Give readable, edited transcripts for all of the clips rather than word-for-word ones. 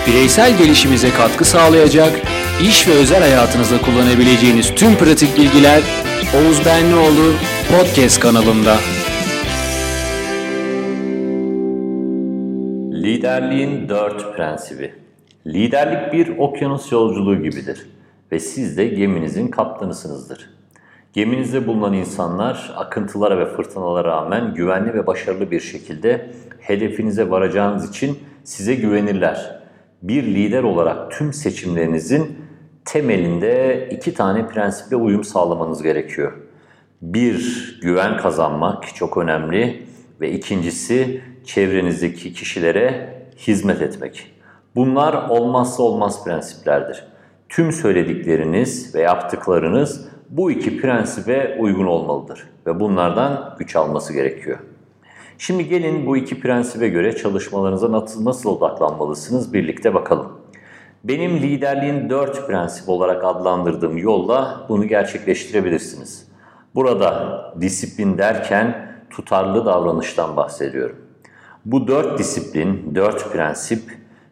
Bireysel gelişimize katkı sağlayacak, iş ve özel hayatınızda kullanabileceğiniz tüm pratik bilgiler Oğuz Benlioğlu Podcast kanalında. Liderliğin 4 prensibi. Liderlik bir okyanus yolculuğu gibidir ve siz de geminizin kaptanısınızdır. Geminizde bulunan insanlar akıntılara ve fırtınalara rağmen güvenli ve başarılı bir şekilde hedefinize varacağınız için size güvenirler. Bir lider olarak tüm seçimlerinizin temelinde 2 tane prensiple uyum sağlamanız gerekiyor. Bir, güven kazanmak çok önemli ve ikincisi çevrenizdeki kişilere hizmet etmek. Bunlar olmazsa olmaz prensiplerdir. Tüm söyledikleriniz ve yaptıklarınız bu 2 prensibe uygun olmalıdır ve bunlardan güç alması gerekiyor. Şimdi gelin bu 2 prensibe göre çalışmalarınıza nasıl odaklanmalısınız birlikte bakalım. Benim liderliğin 4 prensip olarak adlandırdığım yolla bunu gerçekleştirebilirsiniz. Burada disiplin derken tutarlı davranıştan bahsediyorum. Bu 4 disiplin, 4 prensip,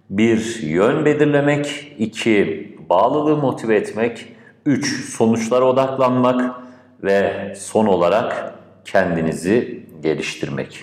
1 yön belirlemek, 2 bağlılığı motive etmek, 3 sonuçlara odaklanmak ve son olarak kendinizi geliştirmek.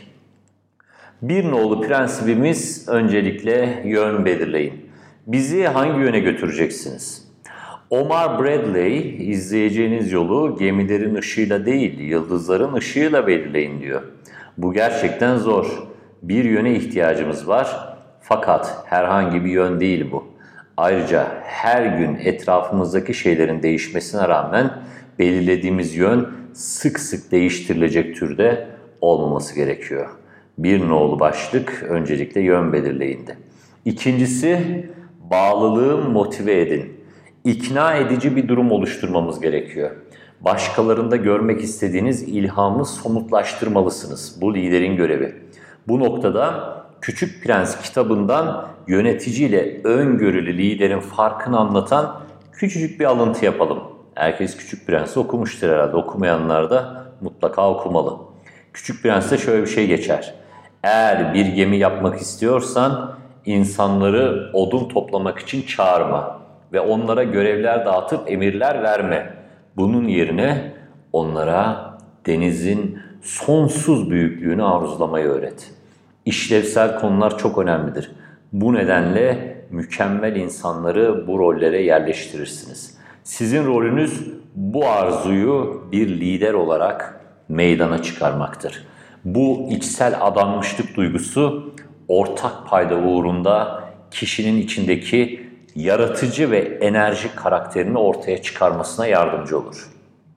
Bir nolu prensibimiz öncelikle yön belirleyin. Bizi hangi yöne götüreceksiniz? Omar Bradley, izleyeceğiniz yolu gemilerin ışığıyla değil, yıldızların ışığıyla belirleyin diyor. Bu gerçekten zor. Bir yöne ihtiyacımız var. Fakat herhangi bir yön değil bu. Ayrıca her gün etrafımızdaki şeylerin değişmesine rağmen belirlediğimiz yön sık sık değiştirilecek türde olmaması gerekiyor. Bir nolu başlık öncelikle yön belirleyindi. İkincisi bağlılığı motive edin. İkna edici bir durum oluşturmamız gerekiyor. Başkalarında görmek istediğiniz ilhamı somutlaştırmalısınız. Bu liderin görevi. Bu noktada Küçük Prens kitabından yöneticiyle öngörülü liderin farkını anlatan küçücük bir alıntı yapalım. Herkes Küçük Prens'i okumuştur herhalde. Okumayanlar da mutlaka okumalı. Küçük Prens'te şöyle bir şey geçer. Eğer bir gemi yapmak istiyorsan insanları odun toplamak için çağırma ve onlara görevler dağıtıp emirler verme. Bunun yerine onlara denizin sonsuz büyüklüğünü arzulamayı öğret. İşlevsel konular çok önemlidir. Bu nedenle mükemmel insanları bu rollere yerleştirirsiniz. Sizin rolünüz bu arzuyu bir lider olarak meydana çıkarmaktır. Bu içsel adanmışlık duygusu ortak payda uğrunda kişinin içindeki yaratıcı ve enerjik karakterini ortaya çıkarmasına yardımcı olur.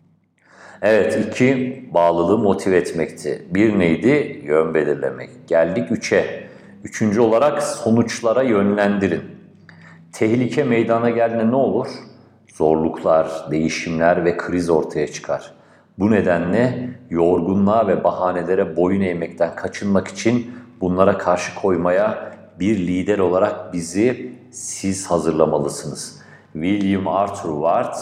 Evet, 2 bağlılığı motive etmekti. 1 neydi? Yön belirlemek. Geldik 3'e. 3. olarak sonuçlara yönlendirin. Tehlike meydana geldiğinde ne olur? Zorluklar, değişimler ve kriz ortaya çıkar. Bu nedenle yorgunluğa ve bahanelere boyun eğmekten kaçınmak için bunlara karşı koymaya bir lider olarak siz hazırlamalısınız. William Arthur Ward,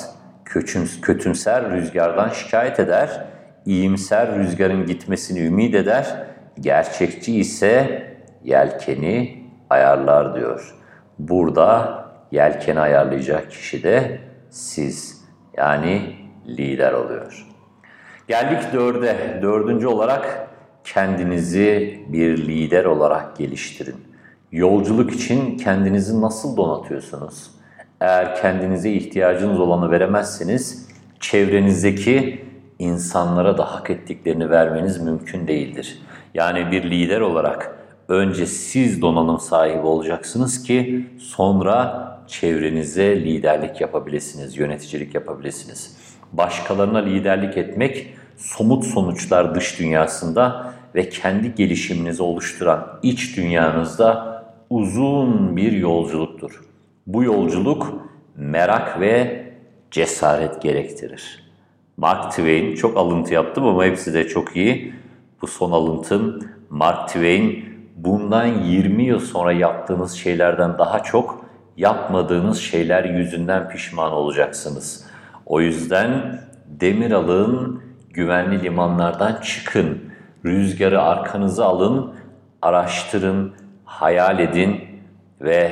kötümser rüzgardan şikayet eder, iyimser rüzgarın gitmesini ümit eder, gerçekçi ise yelkeni ayarlar diyor. Burada yelkeni ayarlayacak kişi de siz, yani lider oluyor. Geldik 4'e. 4. olarak kendinizi bir lider olarak geliştirin. Yolculuk için kendinizi nasıl donatıyorsunuz? Eğer kendinize ihtiyacınız olanı veremezseniz çevrenizdeki insanlara da hak ettiklerini vermeniz mümkün değildir. Yani bir lider olarak önce siz donanım sahibi olacaksınız ki sonra çevrenize liderlik yapabilirsiniz, yöneticilik yapabilirsiniz. Başkalarına liderlik etmek somut sonuçlar dış dünyasında ve kendi gelişiminizi oluşturan iç dünyanızda uzun bir yolculuktur. Bu yolculuk merak ve cesaret gerektirir. Mark Twain, çok alıntı yaptım ama hepsi de çok iyi. Bu son alıntım, Mark Twain, bundan 20 yıl sonra yaptığınız şeylerden daha çok yapmadığınız şeyler yüzünden pişman olacaksınız. O yüzden demir alın, güvenli limanlardan çıkın, rüzgarı arkanıza alın, araştırın, hayal edin ve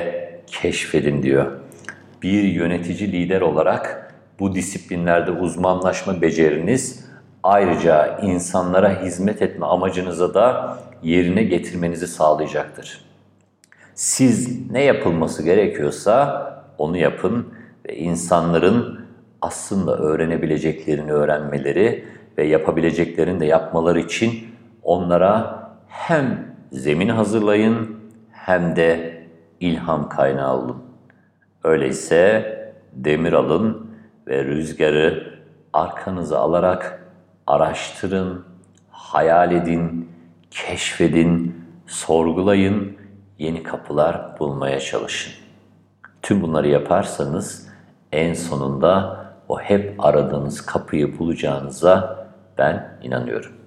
keşfedin diyor. Bir yönetici lider olarak bu disiplinlerde uzmanlaşma beceriniz ayrıca insanlara hizmet etme amacınıza da yerine getirmenizi sağlayacaktır. Siz ne yapılması gerekiyorsa onu yapın ve insanların aslında öğrenebileceklerini öğrenmeleri ve yapabileceklerini de yapmaları için onlara hem zemin hazırlayın hem de ilham kaynağı olun. Öyleyse demir alın ve rüzgarı arkanıza alarak araştırın, hayal edin, keşfedin, sorgulayın, yeni kapılar bulmaya çalışın. Tüm bunları yaparsanız en sonunda o hep aradığınız kapıyı bulacağınıza ben inanıyorum.